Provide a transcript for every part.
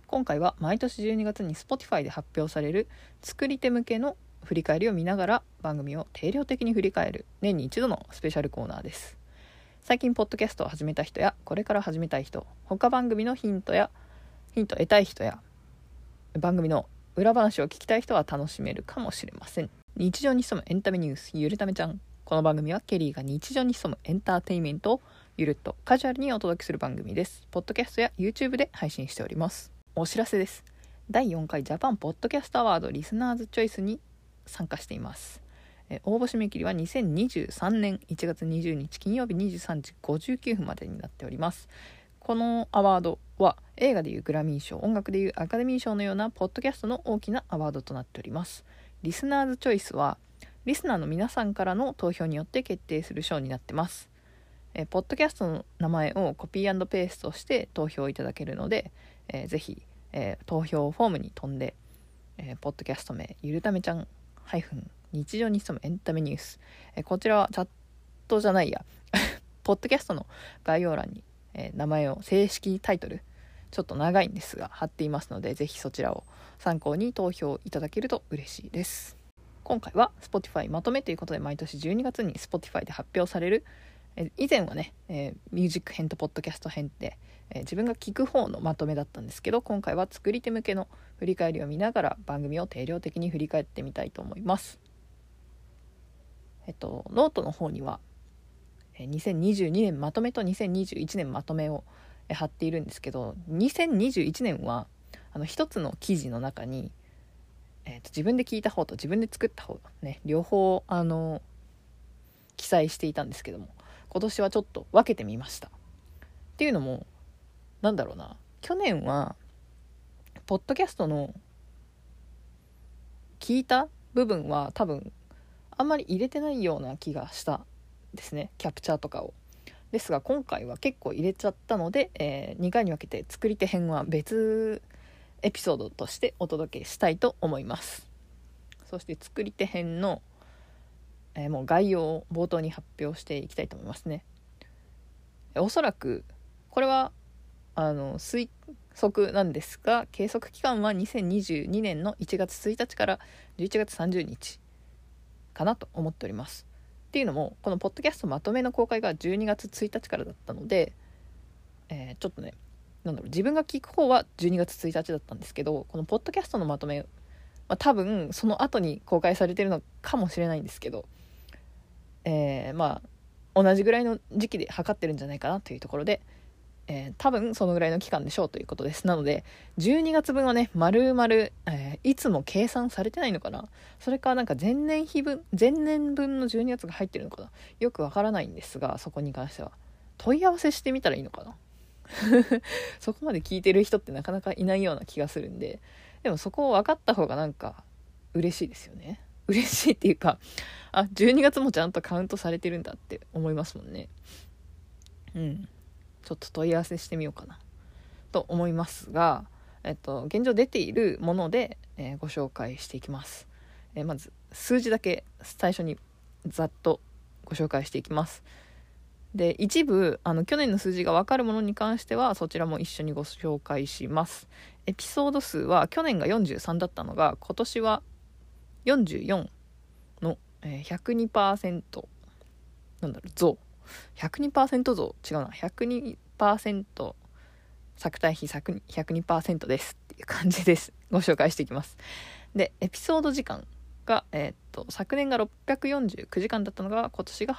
今回は毎年12月に Spotify で発表される作り手向けの振り返りを見ながら番組を定量的に振り返る年に一度のスペシャルコーナーです。最近ポッドキャストを始めた人やこれから始めたい人、他番組のヒント得たい人や番組の裏話を聞きたい人は楽しめるかもしれません。日常に潜むエンタメニュース、ゆるためちゃん。この番組はケリーが日常に潜むエンターテインメントをゆるっとカジュアルにお届けする番組です。ポッドキャストや YouTube で配信しております。お知らせです。第4回ジャパンポッドキャストアワードリスナーズチョイスに参加しています。応募締め切りは2023年1月20日金曜日23時59分までになっております。このアワードは映画でいうグラミー賞、音楽でいうアカデミー賞のようなポッドキャストの大きなアワードとなっております。リスナーズチョイスはリスナーの皆さんからの投票によって決定する賞になってます。ポッドキャストの名前をコピー&ペーストして投票いただけるので、ぜひ、投票フォームに飛んで、ポッドキャスト名ゆるためちゃん日常に潜むエンタメニュース、こちらはチャットじゃないやポッドキャストの概要欄に、名前を正式タイトルちょっと長いんですが貼っていますので、ぜひそちらを参考に投票いただけると嬉しいです。今回は Spotify まとめということで、毎年12月に Spotify で発表される、以前はね、ミュージック編とポッドキャスト編で、自分が聞く方のまとめだったんですけど、今回は作り手向けの振り返りを見ながら番組を定量的に振り返ってみたいと思います。ノートの方には2022年まとめと2021年まとめを貼っているんですけど、2021年は一つの記事の中に、自分で聞いた方と自分で作った方ね、両方記載していたんですけども、今年はちょっと分けてみました。っていうのも去年はポッドキャストの聞いた部分は多分あんまり入れてないような気がしたですね、キャプチャーとかを。ですが今回は結構入れちゃったので、2回に分けて作り手編は別エピソードとしてお届けしたいと思います。そして作り手編の、もう概要を冒頭に発表していきたいと思いますね。おそらくこれは推測なんですが、計測期間は2022年の1月1日から11月30日かなと思っております。っていうのも、このポッドキャストまとめの公開が12月1日からだったので、ちょっとね自分が聞く方は12月1日だったんですけど、このポッドキャストのまとめ、多分その後に公開されてるのかもしれないんですけど、同じぐらいの時期で測ってるんじゃないかなというところで、多分そのぐらいの期間でしょうということです。なので12月分はね丸々、いつも計算されてないのかな、それか前年分の12月が入ってるのかな、よくわからないんですが、そこに関しては問い合わせしてみたらいいのかなそこまで聞いてる人ってなかなかいないような気がするんで、でもそこを分かった方が嬉しいですよね。嬉しいっていうか、12月もちゃんとカウントされてるんだって思いますもんね。ちょっと問い合わせしてみようかなと思いますが、現状出ているもので、ご紹介していきます。まず数字だけ最初にざっとご紹介していきます。で、一部去年の数字が分かるものに関してはそちらも一緒にご紹介します。エピソード数は去年が43だったのが今年は44の、102% 増、102% 増違うな 102% 作対比 102% ですっていう感じです。ご紹介していきます。で、エピソード時間が、昨年が649時間だったのが今年が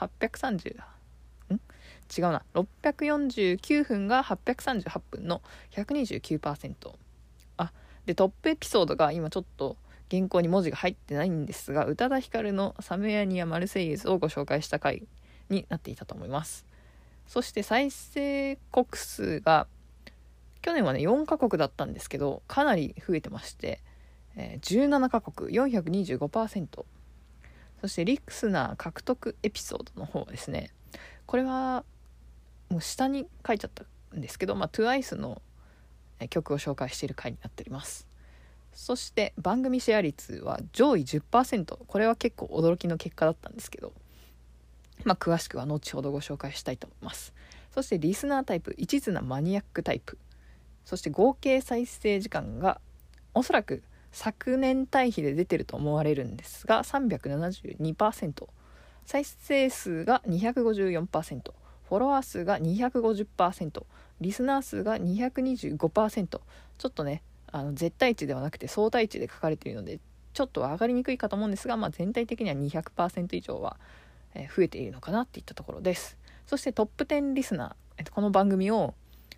649分が838分の 129%。 でトップエピソードが今ちょっと原稿に文字が入ってないんですが、宇多田ヒカルのサムヤニア・マルセイユズをご紹介した回になっていたと思います。そして再生国数が去年はね4カ国だったんですけど、かなり増えてまして、17カ国 425%。 そしてリスナー獲得エピソードの方はですね、これはもう下に書いちゃったんですけど、TWICE の曲を紹介している回になっております。そして番組シェア率は上位 10%。 これは結構驚きの結果だったんですけど、詳しくは後ほどご紹介したいと思います。そしてリスナータイプ、一途なマニアックタイプ、 そして合計再生時間がおそらく昨年対比で出てると思われるんですが 372%、 再生数が 254%、 フォロワー数が 250%、 リスナー数が 225%。 ちょっとね絶対値ではなくて相対値で書かれているのでちょっと上がりにくいかと思うんですが、全体的には 200% 以上は増えているのかなっていったところです。そしてトップ10リスナー、この番組を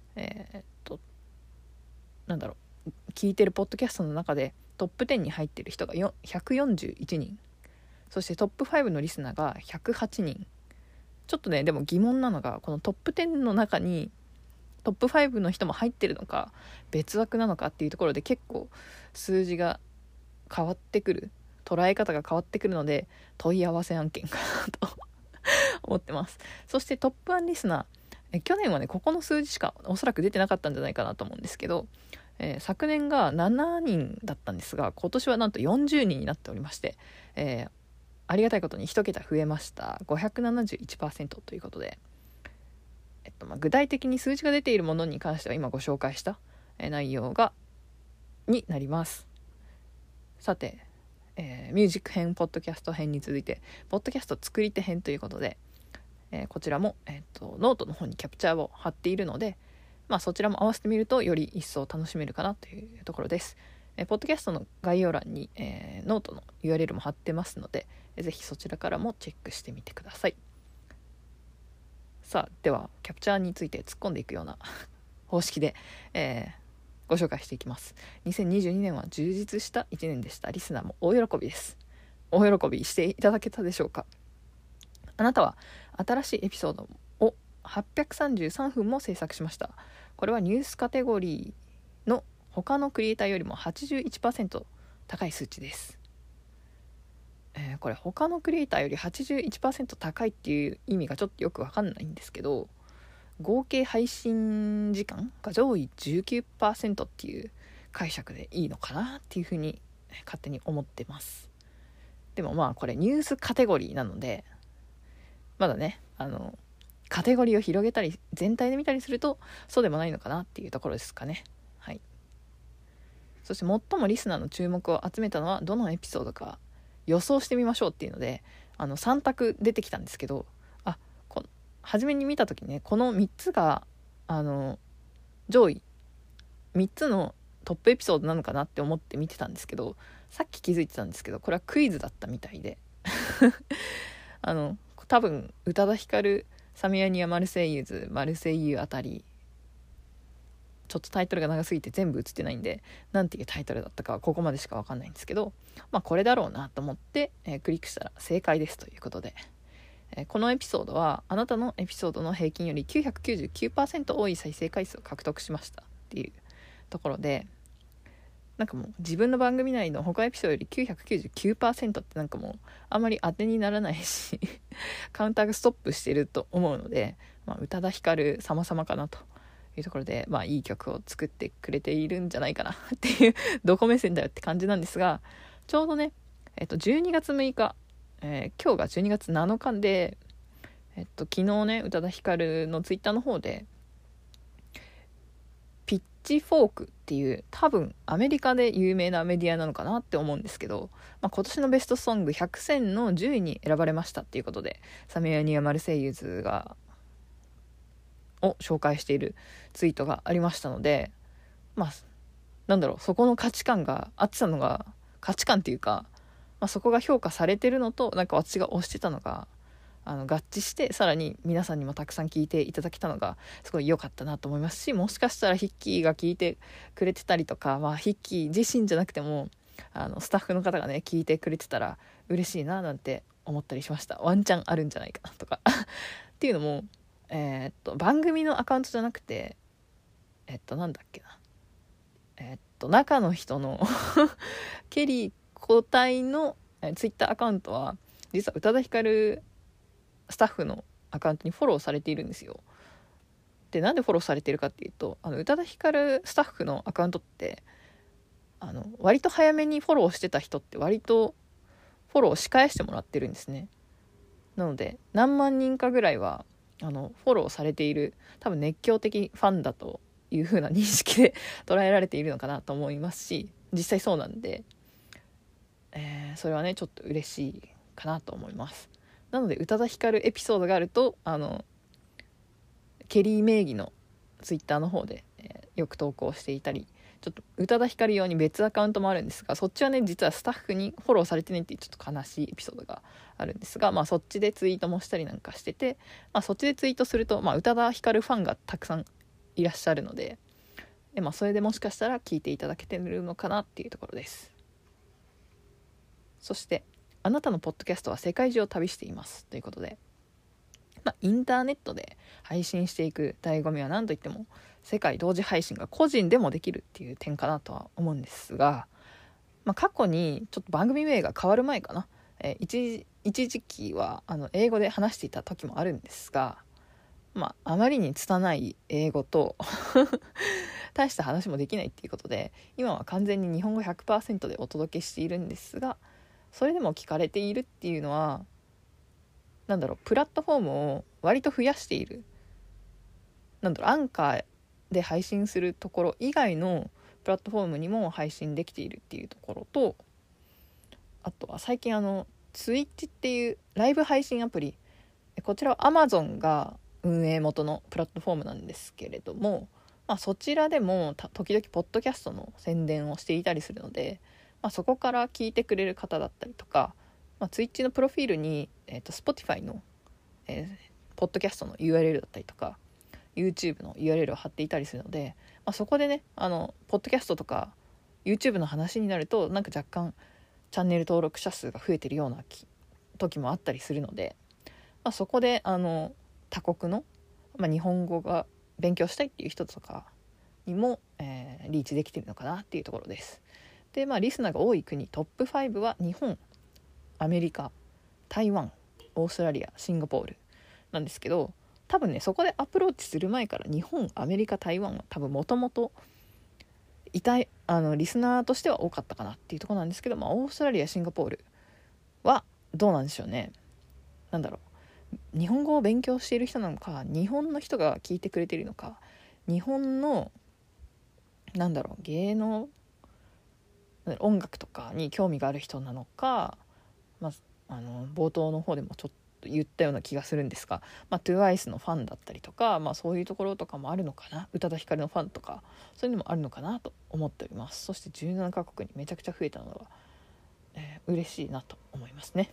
聞いてるポッドキャストの中でトップ10に入っている人が141人、そしてトップ5のリスナーが108人。ちょっとねでも疑問なのが、このトップ10の中にトップ5の人も入ってるのか別枠なのかっていうところで結構数字が変わってくる、捉え方が変わってくるので問い合わせ案件かなと思ってます。そしてトップ1リスナー、去年はねここの数字しかおそらく出てなかったんじゃないかなと思うんですけど、昨年が7人だったんですが今年はなんと40人になっておりまして、ありがたいことに1桁増えました。 571% ということで、具体的に数字が出ているものに関しては今ご紹介した、内容になります。さて、ミュージック編ポッドキャスト編に続いてポッドキャスト作り手編ということで、こちらも、ノートの方にキャプチャーを貼っているので、そちらも合わせてみるとより一層楽しめるかなというところです。ポッドキャストの概要欄に、ノートの URL も貼ってますので、ぜひそちらからもチェックしてみてください。さあではキャプチャーについて突っ込んでいくような方式で、ご紹介していきます。2022年は充実した1年でした。リスナーも大喜びです。大喜びしていただけたでしょうか。あなたは新しいエピソードを833分も制作しました。これはニュースカテゴリーの他のクリエイターよりも 81% 高い数値です。これ他のクリエイターより 81% 高いっていう意味がちょっとよく分かんないんですけど、合計配信時間が上位 19% っていう解釈でいいのかなっていうふうに勝手に思ってます。でもこれニュースカテゴリーなのでまだねカテゴリーを広げたり全体で見たりするとそうでもないのかなっていうところですかね。はい。そして最もリスナーの注目を集めたのはどのエピソードか予想してみましょうっていうので3択出てきたんですけど、初めに見た時にねこの3つが上位3つのトップエピソードなのかなって思って見てたんですけど、さっき気づいてたんですけどこれはクイズだったみたいで多分宇多田ヒカル、サミヤニア・マルセイユズ、マルセイユあたり、ちょっとタイトルが長すぎて全部映ってないんでなんていうタイトルだったかはここまでしか分かんないんですけど、これだろうなと思って、クリックしたら正解ですということで、このエピソードはあなたのエピソードの平均より 999% 多い再生回数を獲得しましたっていうところで、もう自分の番組内の他エピソードより 999% ってもうあんまり当てにならないしカウンターがストップしてると思うので、宇多田ヒカル様々かなというところで、いい曲を作ってくれているんじゃないかなっていうどこ目線だよって感じなんですが、ちょうどね、12月6日、今日が12月7日で、昨日ね宇多田ヒカルのツイッターの方でピッチフォークっていう多分アメリカで有名なメディアなのかなって思うんですけど、今年のベストソング100選の10位に選ばれましたっていうことで、サミヤニア・マルセイユズを紹介しているツイートがありましたので、そこの価値観があってたのが価値観っていうか、そこが評価されてるのと私が推してたのが合致して、さらに皆さんにもたくさん聞いていただけたのがすごい良かったなと思いますし、もしかしたらヒッキーが聞いてくれてたりとか、ヒッキー自身じゃなくてもスタッフの方がね聞いてくれてたら嬉しいななんて思ったりしました。ワンチャンあるんじゃないかなとかっていうのも番組のアカウントじゃなくて中の人のケリー個体のツイッターアカウントは実は宇多田ヒカルスタッフのアカウントにフォローされているんですよ。でなんでフォローされているかっていうと、宇多田ヒカルスタッフのアカウントって割と早めにフォローしてた人って割とフォローし返してもらってるんですね。なので何万人かぐらいはフォローされている多分熱狂的ファンだという風な認識で捉えられているのかなと思いますし、実際そうなんで、それはねちょっと嬉しいかなと思います。なので宇多田ヒカルエピソードがあるとケリー名義のツイッターの方で、よく投稿していたり、ちょっと宇多田ヒカル用に別アカウントもあるんですが、そっちはね実はスタッフにフォローされてねっていうちょっと悲しいエピソードがあるんですが、そっちでツイートもしたりなんかしてて、そっちでツイートすると、宇多田ヒカルファンがたくさんいらっしゃるので、それでもしかしたら聞いていただけてるのかなっていうところです。そしてあなたのポッドキャストは世界中を旅していますということで、インターネットで配信していく醍醐味は何といっても世界同時配信が個人でもできるっていう点かなとは思うんですが、過去にちょっと番組名が変わる前かな、一時期は英語で話していた時もあるんですが、あまりに拙い英語と大した話もできないっていうことで、今は完全に日本語 100% でお届けしているんですが、それでも聞かれているっていうのはプラットフォームを割と増やしている、アンカーで配信するところ以外のプラットフォームにも配信できているっていうところと、あとは最近ツイッチっていうライブ配信アプリ、こちらは Amazon が運営元のプラットフォームなんですけれども、そちらでも時々ポッドキャストの宣伝をしていたりするので、そこから聞いてくれる方だったりとか、ツイッチのプロフィールに、Spotify の、ポッドキャストの URL だったりとか YouTube の URL を貼っていたりするので、そこでねポッドキャストとか YouTube の話になると若干チャンネル登録者数が増えてるような時もあったりするので、そこで他国の、日本語が勉強したいっていう人とかにも、リーチできてるのかなっていうところです。で、リスナーが多い国トップ5は日本、アメリカ、台湾、オーストラリア、シンガポールなんですけど、多分ねそこでアプローチする前から日本、アメリカ、台湾は多分もともとリスナーとしては多かったかなっていうところなんですけど、オーストラリア、シンガポールはどうなんでしょうね。日本語を勉強している人なのか、日本の人が聞いてくれているのか、日本の芸能音楽とかに興味がある人なのか、冒頭の方でもちょっと言ったような気がするんですが、TWICE のファンだったりとか、そういうところとかもあるのかな、宇多田ヒカルのファンとかそういうのもあるのかなと思っております。そして17カ国にめちゃくちゃ増えたのは、嬉しいなと思いますね。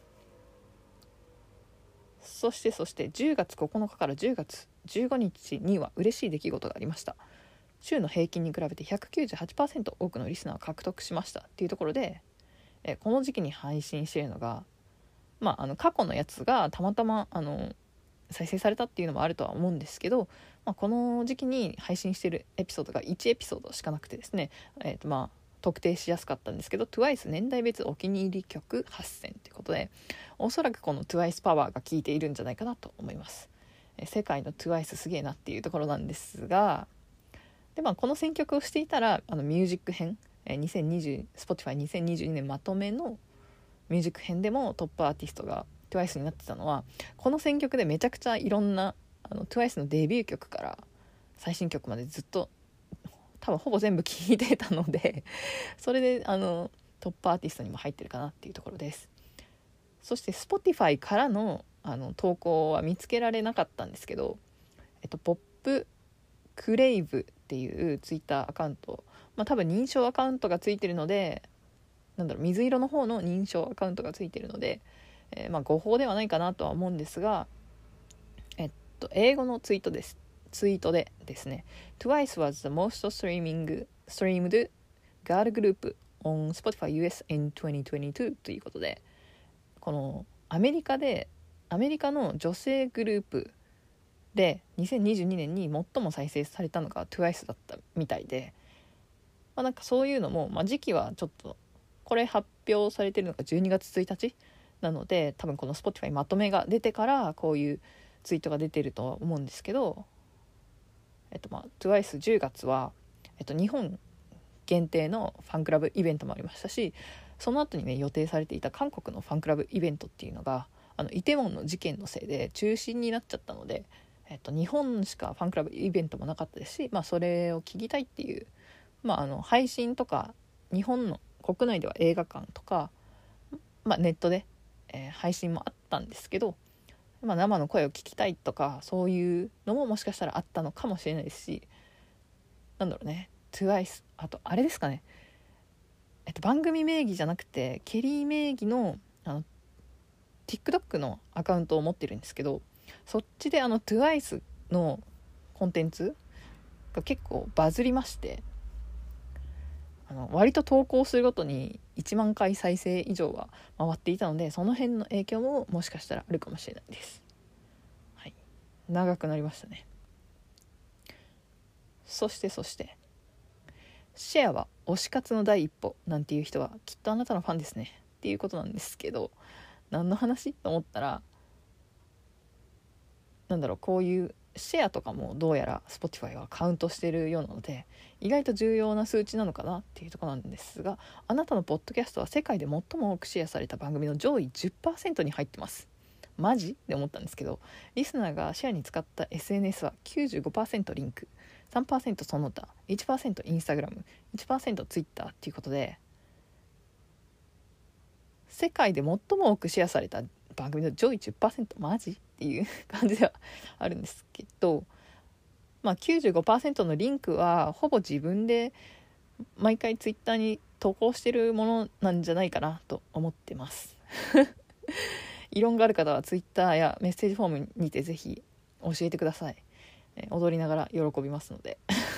そして10月9日から10月15日には嬉しい出来事がありました。週の平均に比べて 198% 多くのリスナーを獲得しましたっていうところで、この時期に配信しているのが、過去のやつがたまたま再生されたっていうのもあるとは思うんですけど、この時期に配信しているエピソードが1エピソードしかなくてですね、特定しやすかったんですけど、 TWICE 年代別お気に入り曲8選ということで、おそらくこの TWICE パワーが効いているんじゃないかなと思います。世界の TWICE すげえなっていうところなんですが、で、この選曲をしていたらミュージック編、Spotify2022 年まとめのミュージック編でもトップアーティストが TWICE になってたのは、この選曲でめちゃくちゃいろんなTWICE のデビュー曲から最新曲までずっと多分ほぼ全部聴いてたのでそれでトップアーティストにも入ってるかなっていうところです。そして Spotify からの投稿は見つけられなかったんですけど、ポップクレイブっていうツイッターアカウント、多分認証アカウントがついてるので、水色の方の認証アカウントがついてるので、誤報ではないかなとは思うんですが、英語のツイートでですね、 TWICE was the most streamed girl group on Spotify US in 2022 ということで、このアメリカの女性グループで2022年に最も再生されたのが TWICE だったみたいで、そういうのも、時期はちょっとこれ発表されてるのが12月1日なので、多分この Spotify まとめが出てからこういうツイートが出てるとは思うんですけど、TWICE10 月は、日本限定のファンクラブイベントもありましたし、その後にね予定されていた韓国のファンクラブイベントっていうのがイテウォンの事件のせいで中止になっちゃったので、 日本しかファンクラブイベントもなかったですし、それを聞きたいっていう、配信とか日本の国内では映画館とか、ネットで、配信もあったんですけど、生の声を聞きたいとかそういうのももしかしたらあったのかもしれないですし、TWICE、あとあれですかね、番組名義じゃなくてケリー名義のTikTok のアカウントを持ってるんですけど、そっちでTWICE のコンテンツが結構バズりまして、割と投稿するごとに1万回再生以上は回っていたので、その辺の影響ももしかしたらあるかもしれないです。はい、長くなりましたね。そしてシェアは推し活の第一歩なんていう人はきっとあなたのファンですねっていうことなんですけど、何の話と思ったら、こういうシェアとかもどうやら Spotify はカウントしてるようなので、意外と重要な数値なのかなっていうところなんですが、あなたのポッドキャストは世界で最も多くシェアされた番組の上位 10% に入ってます。マジって思ったんですけど、リスナーがシェアに使った SNS は 95% リンク、3% その他、1% インスタグラム、1% ツイッターっていうことで、世界で最も多くシェアされた番組の上位 10% マジっていう感じではあるんですけど、95% のリンクはほぼ自分で毎回ツイッターに投稿してるものなんじゃないかなと思ってます異論がある方はツイッターやメッセージフォームにてぜひ教えてください。踊りながら喜びますので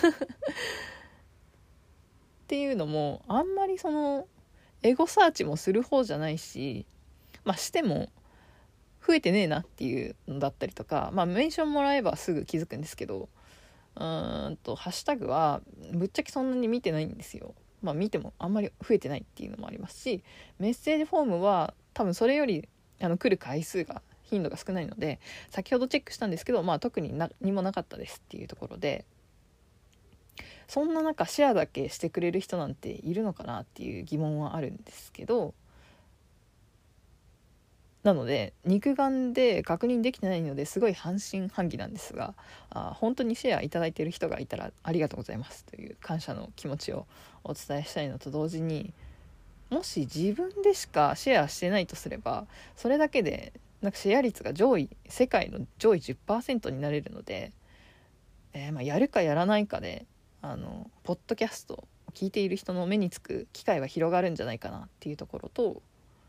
っていうのも、あんまりエゴサーチもする方じゃないし、しても増えてねえなっていうのだったりとか、メンションもらえばすぐ気づくんですけど、ハッシュタグはぶっちゃけそんなに見てないんですよ。見てもあんまり増えてないっていうのもありますし、メッセージフォームは多分それより来る回数が頻度が少ないので、先ほどチェックしたんですけど、特に何もなかったですっていうところで、そんな中シェアだけしてくれる人なんているのかなっていう疑問はあるんですけど、なので肉眼で確認できてないのですごい半信半疑なんですが、本当にシェアいただいている人がいたらありがとうございますという感謝の気持ちをお伝えしたいのと同時に、もし自分でしかシェアしてないとすれば、それだけでシェア率が世界の上位 10% になれるので、やるかやらないかでポッドキャストを聞いている人の目につく機会は広がるんじゃないかなっていうところと、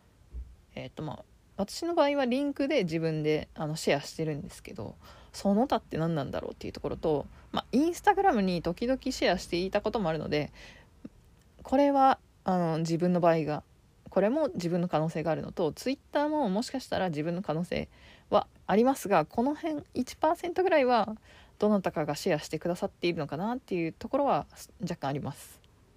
私の場合はリンクで自分でシェアしてるんですけど、その他って何なんだろうっていうところと、インスタグラムに時々シェアしていたこともあるので、これは自分の場合が、これも自分の可能性があるのと、ツイッターももしかしたら自分の可能性はありますが、この辺 1% ぐらいはどなたかがシェアしてくださっているのかなっていうところは若干あります。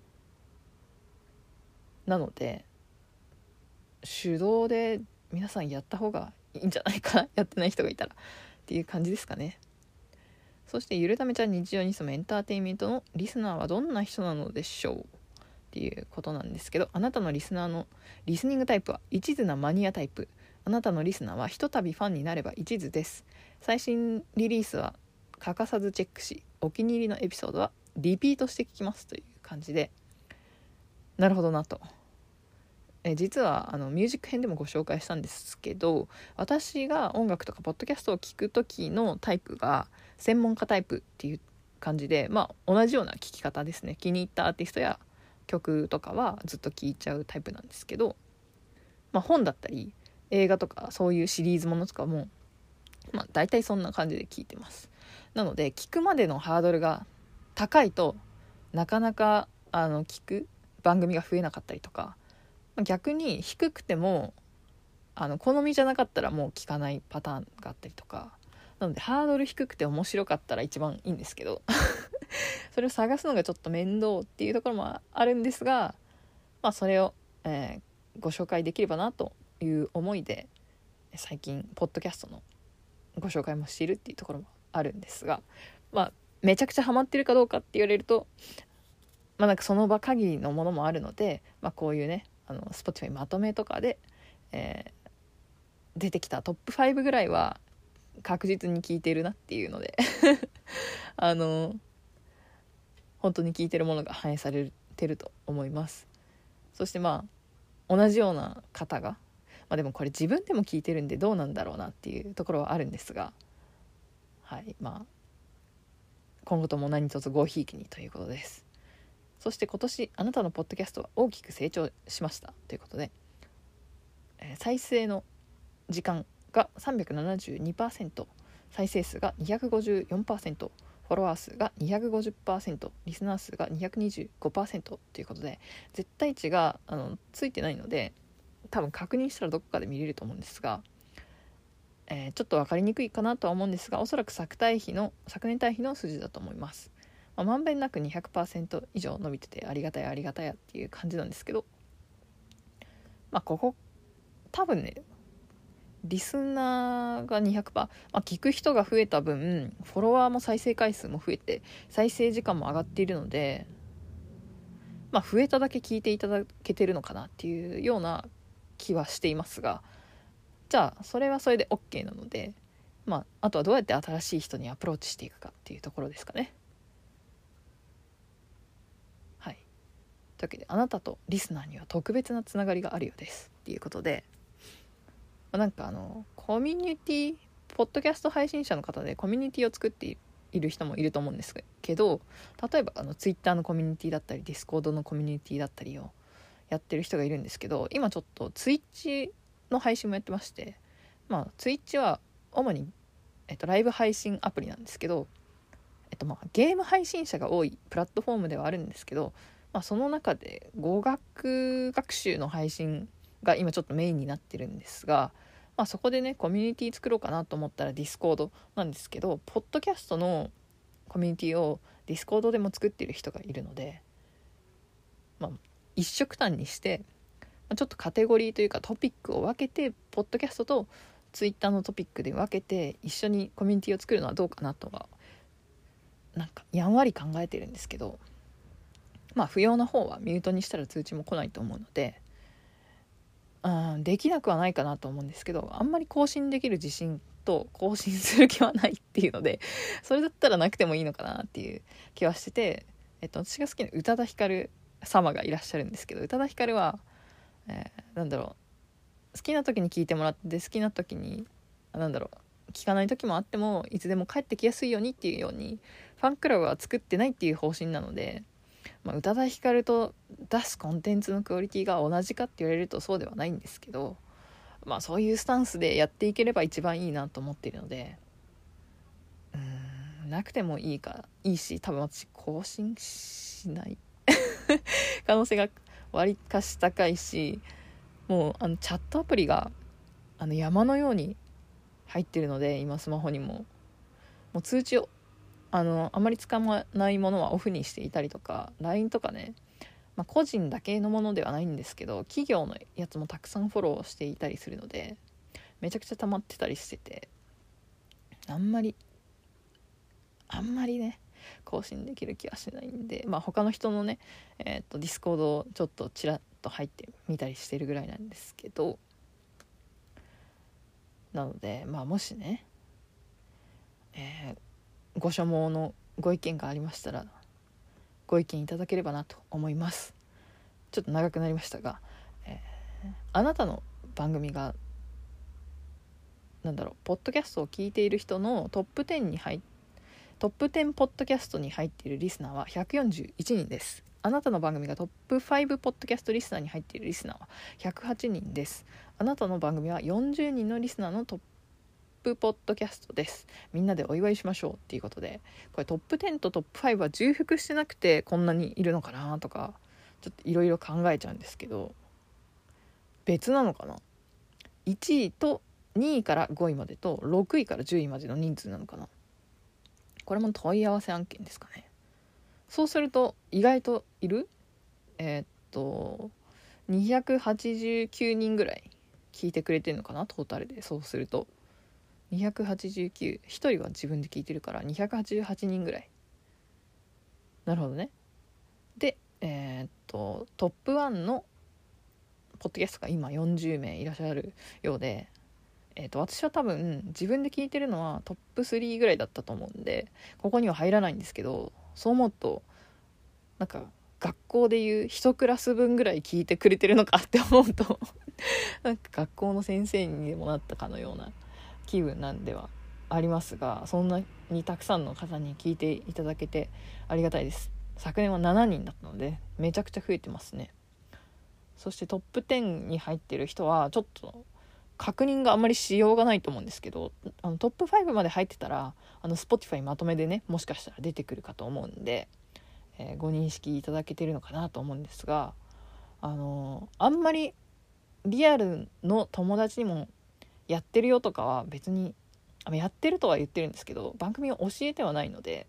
なので手動で皆さんやった方がいいんじゃないかなやってない人がいたらっていう感じですかね。そしてゆるためちゃん日常に住むエンターテインメントのリスナーはどんな人なのでしょうっていうことなんですけど、あなたのリスナーのリスニングタイプは一途なマニアタイプ、あなたのリスナーはひとたびファンになれば一途です。最新リリースは欠かさずチェックし、お気に入りのエピソードはリピートして聞きますという感じで、なるほどなと。実はミュージック編でもご紹介したんですけど、私が音楽とかポッドキャストを聞く時のタイプが専門家タイプっていう感じで、同じような聞き方ですね。気に入ったアーティストや曲とかはずっと聴いちゃうタイプなんですけど、本だったり映画とかそういうシリーズものとかも大体そんな感じで聞いてます。なので聞くまでのハードルが高いとなかなか聞く番組が増えなかったりとか、逆に低くても好みじゃなかったらもう聞かないパターンがあったりとか、なのでハードル低くて面白かったら一番いいんですけどそれを探すのがちょっと面倒っていうところもあるんですが、それを、ご紹介できればなという思いで最近ポッドキャストのご紹介もしているっていうところもあるんですが、めちゃくちゃハマってるかどうかって言われるとその場限りのものもあるので、こういうねSpotify まとめとかで、出てきたトップ5ぐらいは確実に聞いてるなっていうので本当に聞いてるものが反映されてると思います。そして同じような方が、でもこれ自分でも聞いてるんでどうなんだろうなっていうところはあるんですが、今後とも何卒ごひいきにということです。そして今年あなたのポッドキャストは大きく成長しましたということで、再生の時間が 372%、 再生数が 254%、 フォロワー数が 250%、 リスナー数が 225% ということで、絶対値がついてないので多分確認したらどこかで見れると思うんですが、ちょっと分かりにくいかなとは思うんですが、おそらく昨年対比の数字だと思います。まんべんなく 200% 以上伸びててありがたやっていう感じなんですけど、ここ多分ね、リスナーが 200%、聞く人が増えた分フォロワーも再生回数も増えて再生時間も上がっているので、増えただけ聞いていただけてるのかなっていうような気はしていますが、じゃあそれはそれで OK なので、あとはどうやって新しい人にアプローチしていくかっていうところですかね。はい。というわけで、あなたとリスナーには特別なつながりがあるようですっていうことで、コミュニティポッドキャスト配信者の方でコミュニティを作っている人もいると思うんですけど、例えばツイッターのコミュニティだったりディスコードのコミュニティだったりをやってる人がいるんですけど、今ちょっとツイッチの配信もやってまして、ツイッチは主に、ライブ配信アプリなんですけど、ゲーム配信者が多いプラットフォームではあるんですけど、その中で語学学習の配信が今ちょっとメインになってるんですが、そこでねコミュニティ作ろうかなと思ったらディスコードなんですけど、ポッドキャストのコミュニティをディスコードでも作ってる人がいるので、一色単にしてちょっとカテゴリーというかトピックを分けて、ポッドキャストとツイッターのトピックで分けて一緒にコミュニティを作るのはどうかなとはやんわり考えてるんですけど、不要な方はミュートにしたら通知も来ないと思うので、できなくはないかなと思うんですけど、あんまり更新できる自信と更新する気はないっていうので、それだったらなくてもいいのかなっていう気はしてて、私が好きな宇多田ヒカル様がいらっしゃるんですけど、宇多田ヒカルは、好きな時に聞いてもらって、好きな時に聞かない時もあってもいつでも帰ってきやすいようにっていうようにファンクラブは作ってないっていう方針なので、宇多田ヒカルと出すコンテンツのクオリティが同じかって言われるとそうではないんですけど、そういうスタンスでやっていければ一番いいなと思っているので、なくてもいいし、多分私更新しない可能性が割かし高いし、もうチャットアプリが山のように入ってるので、今スマホにもう通知をあまり使わないものはオフにしていたりとか、 LINE とかね、個人だけのものではないんですけど企業のやつもたくさんフォローしていたりするので、めちゃくちゃ溜まってたりしてて、あんまりね更新できる気はしないんで、他の人のねディスコードをちょっとちらっと入ってみたりしてるぐらいなんですけど、なのでもしね、ご所望のご意見がありましたらご意見いただければなと思います。ちょっと長くなりましたが、あなたの番組がポッドキャストを聞いている人のトップ10ポッドキャストに入っているリスナーは141人です。あなたの番組がトップ5ポッドキャストリスナーに入っているリスナーは108人です。あなたの番組は40人のリスナーのトップポッドキャストです。みんなでお祝いしましょうっていうことで、これトップ10とトップ5は重複してなくてこんなにいるのかなとかちょっといろいろ考えちゃうんですけど、別なのかな。1位と2位から5位までと6位から10位までの人数なのかな。これも問い合わせ案件ですかね。そうすると意外といる289人ぐらい聞いてくれてるのかな、トータルで。そうすると289、1人は自分で聞いてるから288人ぐらい。なるほどね。でトップ1のポッドキャストが今40名いらっしゃるようで、 私は多分自分で聞いてるのはトップ3ぐらいだったと思うんで、ここには入らないんですけど、そう思うとなんか学校でいう一クラス分ぐらい聞いてくれてるのかって思うとなんか学校の先生にでもなったかのような気分なんではありますが、そんなにたくさんの方に聞いていただけてありがたいです。昨年は7人だったのでめちゃくちゃ増えてますね。そしてトップ10に入ってる人はちょっと確認があんまりしようがないと思うんですけど、トップ5まで入ってたらSpotify まとめでね、もしかしたら出てくるかと思うんで、ご認識いただけてるのかなと思うんですが、あんまりリアルの友達にもやってるよとかは別にやってるとは言ってるんですけど、番組を教えてはないので、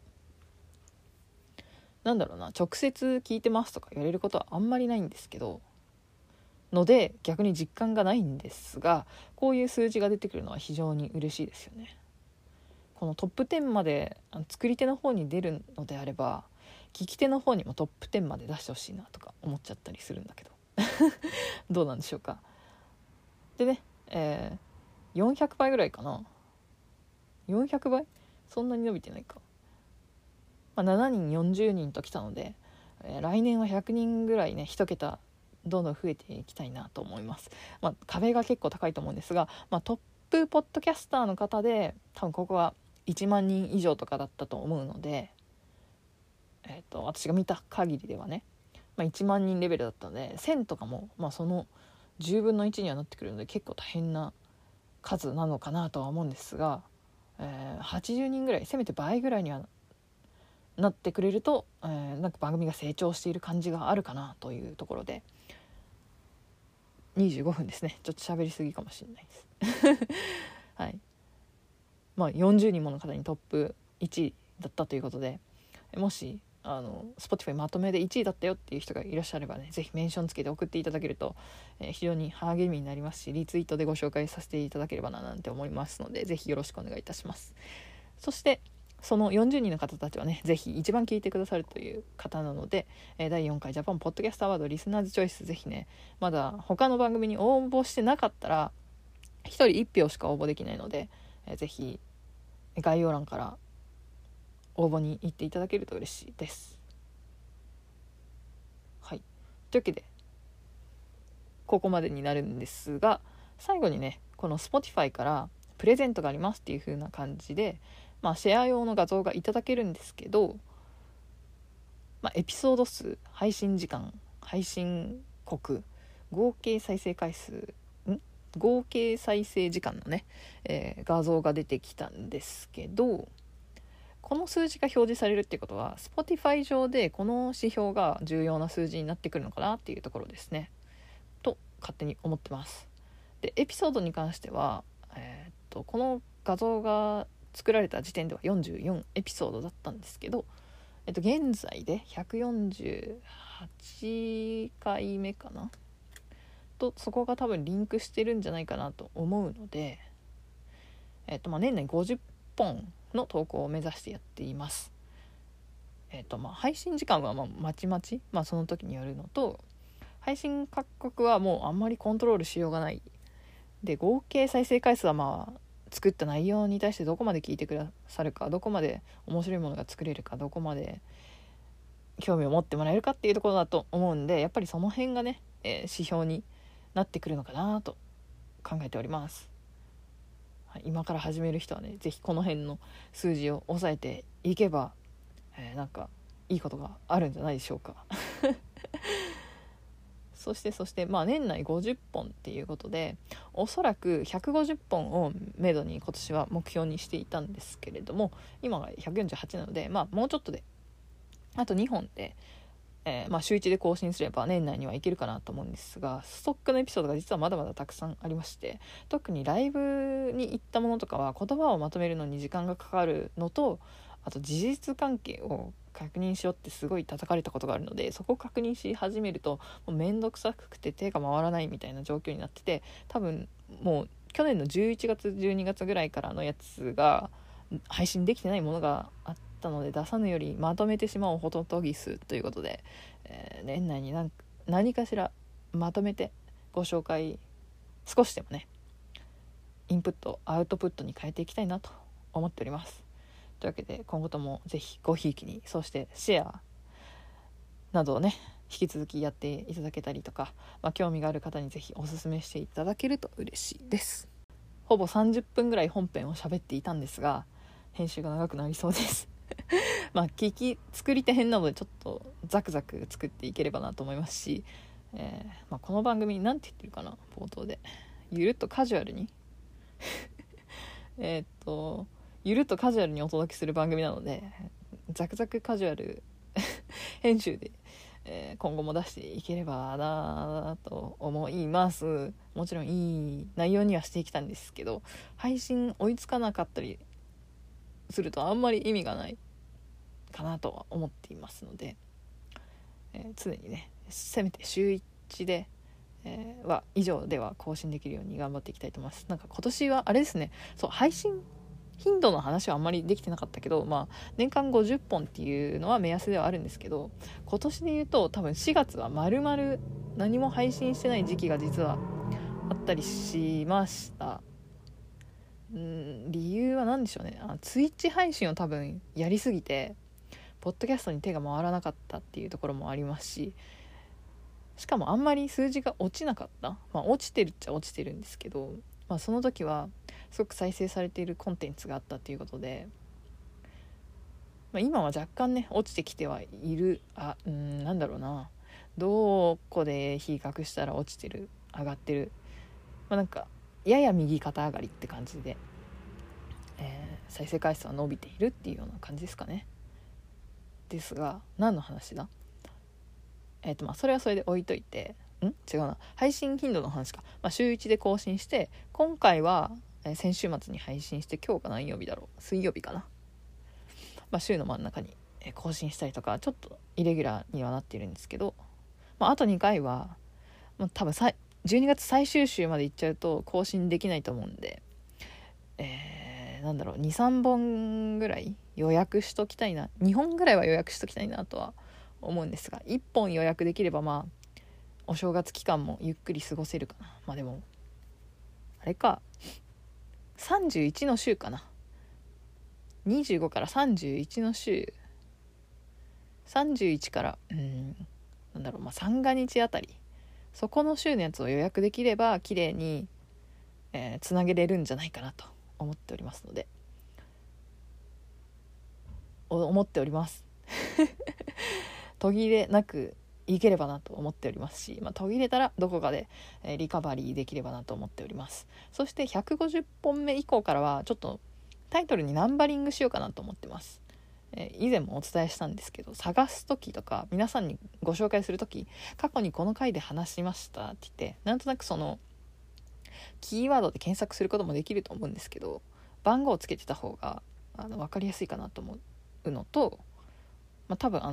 なんだろうな、直接聞いてますとか言われることはあんまりないんですけど、ので逆に実感がないんですが、こういう数字が出てくるのは非常に嬉しいですよね。このトップ10まで作り手の方に出るのであれば、聞き手の方にもトップ10まで出してほしいなとか思っちゃったりするんだけどどうなんでしょうか。でね、400倍ぐらいかな、400倍そんなに伸びてないか、7人40人ときたので、来年は100人ぐらいね、1桁どんどん増えていきたいなと思います。壁が結構高いと思うんですが、トップポッドキャスターの方で多分ここは1万人以上とかだったと思うので、私が見た限りではね、1万人レベルだったので1000とかも、その10分の1にはなってくるので結構大変な数なのかなとは思うんですが、80人ぐらい、せめて倍ぐらいにはなってくれると、なんか番組が成長している感じがあるかなというところで、25分ですね。ちょっと喋りすぎかもしれないですはい。40人もの方にトップ1位だったということで、もしSpotify まとめで1位だったよっていう人がいらっしゃればね、ぜひメンションつけて送っていただけると、非常に励みになりますし、リツイートでご紹介させていただければななんて思いますので、ぜひよろしくお願いいたします。そしてその40人の方たちはね、ぜひ一番聞いてくださるという方なので、第4回ジャパンポッドキャストアワードリスナーズチョイス、ぜひね、まだ他の番組に応募してなかったら1人1票しか応募できないので、ぜひ概要欄から応募に行っていただけると嬉しいです。はい、というわけでここまでになるんですが、最後にね、この Spotify からプレゼントがありますっていう風な感じで、シェア用の画像がいただけるんですけど、エピソード数、配信時間、配信国、合計再生回数、合計再生時間のね、画像が出てきたんですけど、この数字が表示されるってことは Spotify 上でこの指標が重要な数字になってくるのかなっていうところですね、と勝手に思ってます。でエピソードに関しては、この画像が作られた時点では44エピソードだったんですけど、現在で148回目かなと、そこが多分リンクしてるんじゃないかなと思うので、年内50本の投稿を目指してやっています。配信時間はまちまち、その時によるのと、配信価格はもうあんまりコントロールしようがないで、合計再生回数は作った内容に対してどこまで聞いてくださるか、どこまで面白いものが作れるか、どこまで興味を持ってもらえるかっていうところだと思うんで、やっぱりその辺がね、指標になってくるのかなと考えております。今から始める人はね、ぜひこの辺の数字を抑えていけば、なんかいいことがあるんじゃないでしょうかそして年内50本っていうことで、おそらく150本をめどに今年は目標にしていたんですけれども、今が148なので、もうちょっとであと2本で、週1で更新すれば年内にはいけるかなと思うんですが、ストックのエピソードが実はまだまだたくさんありまして、特にライブに行ったものとかは言葉をまとめるのに時間がかかるのと、あと事実関係を確認しろってすごい叩かれたことがあるので、そこを確認し始めるともうめんどくさくて手が回らないみたいな状況になってて、多分もう去年の11月12月ぐらいからのやつが配信できてないものがあったので、出さぬよりまとめてしまおうホトトギスということで、年内に何かしらまとめてご紹介、少しでもねインプットアウトプットに変えていきたいなと思っております。というわけで今後ともぜひごひいきに、そしてシェアなどをね引き続きやっていただけたりとか、興味がある方にぜひおすすめしていただけると嬉しいです。ほぼ30分ぐらい本編を喋っていたんですが、編集が長くなりそうです作り手編なのでちょっとザクザク作っていければなと思いますし、この番組なんて言ってるかな、冒頭でゆるっとカジュアルにゆるっとカジュアルにお届けする番組なので、ザクザクカジュアル編集で、今後も出していければなと思います。もちろんいい内容にはしていきたんですけど、配信追いつかなかったりするとあんまり意味がないかなとは思っていますので、常にねせめて週1で、以上では更新できるように頑張っていきたいと思います。なんか今年はあれですね、そう配信頻度の話はあんまりできてなかったけど、年間50本っていうのは目安ではあるんですけど、今年で言うと多分4月は丸々何も配信してない時期が実はあったりしました。理由は何でしょうね。ツイッチ配信を多分やりすぎてポッドキャストに手が回らなかったっていうところもありますし、しかもあんまり数字が落ちなかった、落ちてるっちゃ落ちてるんですけど、その時はすごく再生されているコンテンツがあったということで、今は若干ね落ちてきてはいる。なんだろうな、どこで比較したら落ちてる上がってる、なんかやや右肩上がりって感じで、再生回数は伸びているっていうような感じですかね。ですが何の話だ、それはそれで置いといて、違うな、配信頻度の話か。週1で更新して、今回は、先週末に配信して、今日が何曜日だろう、水曜日かな、週の真ん中に、更新したりとか、ちょっとイレギュラーにはなっているんですけど、あと2回は、多分12月最終週まで行っちゃうと更新できないと思うんで、2,3 本ぐらい予約しときたいな、2本ぐらいは予約しときたいなとは思うんですが、1本予約できればお正月期間もゆっくり過ごせるかな。でもあれか、31の週かな、25から31の週、31から三が日あたり、そこの週のやつを予約できれば綺麗に、つなげれるんじゃないかなと思っておりますので、途切れなくいければなと思っておりますし、途切れたらどこかで、リカバリーできればなと思っております。そして150本目以降からはちょっとタイトルにナンバリングしようかなと思ってます。以前もお伝えしたんですけど、探す時とか皆さんにご紹介する時、過去にこの回で話しましたって言って、なんとなくそのキーワードで検索することもできると思うんですけど、番号をつけてた方が分かりやすいかなと思うのと、多分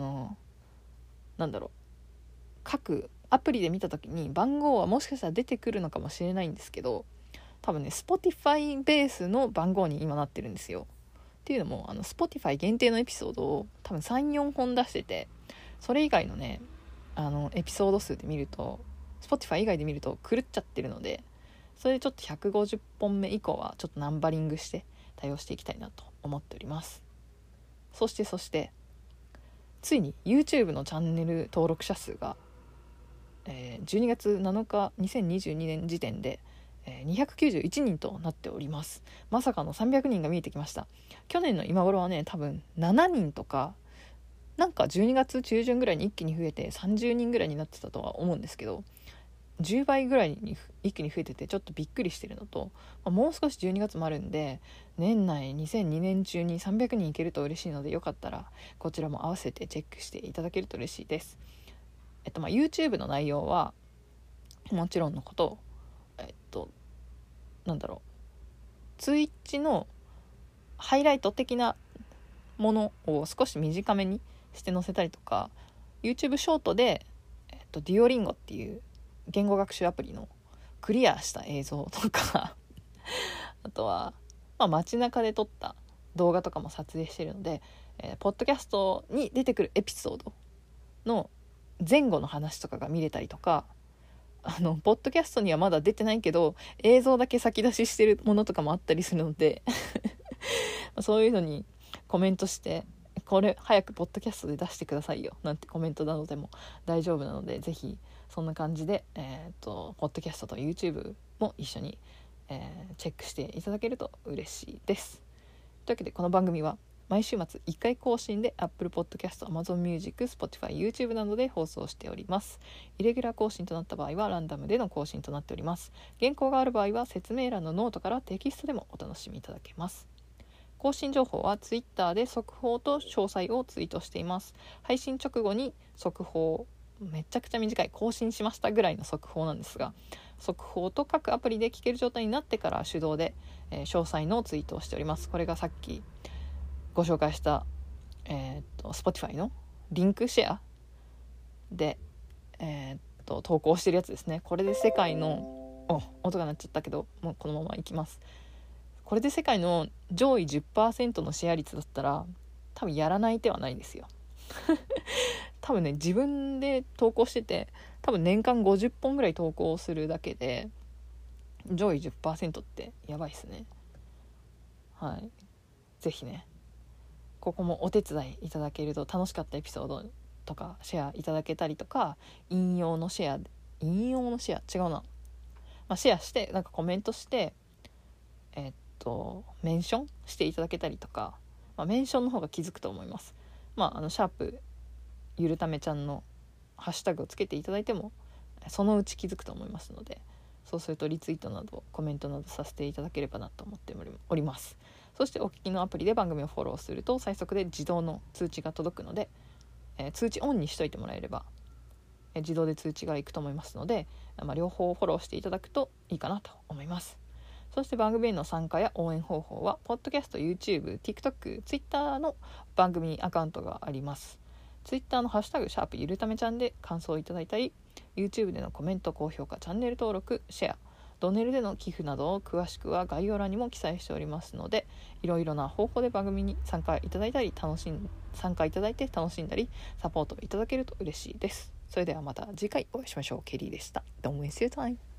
各アプリで見た時に番号はもしかしたら出てくるのかもしれないんですけど、多分ね Spotify ベースの番号に今なってるんですよ。っていうのもSpotify 限定のエピソードを多分 3,4 本出してて、それ以外のねエピソード数で見ると Spotify 以外で見ると狂っちゃってるので、それでちょっと150本目以降はちょっとナンバリングして対応していきたいなと思っております。そしてついに YouTube のチャンネル登録者数が、12月7日2022年時点で、291人となっております。まさかの300人が見えてきました。去年の今頃はね多分7人とか、なんか12月中旬ぐらいに一気に増えて30人ぐらいになってたとは思うんですけど、10倍ぐらいに一気に増えててちょっとびっくりしてるのと、もう少し12月もあるんで、年内2002年中に300人いけると嬉しいので、よかったらこちらも合わせてチェックしていただけると嬉しいです。YouTube の内容はもちろんのこと、ツイッチのハイライト的なものを少し短めにして載せたりとか、 YouTube ショートで、デュオリンゴっていう言語学習アプリのクリアした映像とかあとは、街中で撮った動画とかも撮影しているので、ポッドキャストに出てくるエピソードの前後の話とかが見れたりとか、 ポッドキャストにはまだ出てないけど映像だけ先出ししてるものとかもあったりするのでそういうのにコメントしてこれ早くポッドキャストで出してくださいよなんてコメントなどでも大丈夫なので、ぜひそんな感じで、ポッドキャストと YouTube も一緒に、チェックしていただけると嬉しいです。というわけでこの番組は毎週末1回更新で Apple Podcast、Amazon Music、Spotify、YouTube などで放送しております。イレギュラー更新となった場合はランダムでの更新となっております。原稿がある場合は説明欄のノートからテキストでもお楽しみいただけます。更新情報は Twitter で速報と詳細をツイートしています。配信直後に速報、めちゃくちゃ短い更新しましたぐらいの速報なんですが、速報と各アプリで聞ける状態になってから手動で、詳細のツイートをしております。これがさっきご紹介した、Spotify のリンクシェアで、投稿してるやつですね。これで世界の音が鳴っちゃったけどもうこのままいきます。これで世界の上位 10% のシェア率だったら多分やらない手はないですよ多分ね、自分で投稿してて多分年間50本ぐらい投稿するだけで上位 10% ってやばいですね。はい、ぜひねここもお手伝いいただけると楽しかったエピソードとかシェアいただけたりとか、引用のシェア違うな、シェアしてなんかコメントしてメンションしていただけたりとか、メンションの方が気づくと思います。シャープゆるためちゃんのハッシュタグをつけていただいてもそのうち気づくと思いますので、そうするとリツイートなどコメントなどさせていただければなと思っております。そしてお聞きのアプリで番組をフォローすると最速で自動の通知が届くので、通知オンにしといてもらえれば、自動で通知がいくと思いますので、両方フォローしていただくといいかなと思います。そして番組への参加や応援方法はポッドキャスト、YouTube、TikTok、Twitter の番組アカウントがあります。Twitter のハッシュタグシャープゆるためちゃんで感想をいただいたり、 YouTube でのコメント、高評価、チャンネル登録、シェア、ドネルでの寄付などを詳しくは概要欄にも記載しておりますので、いろいろな方法で番組に参加いただいて楽しんだりサポートいただけると嬉しいです。それではまた次回お会いしましょう。ケリーでした。Don't waste your time.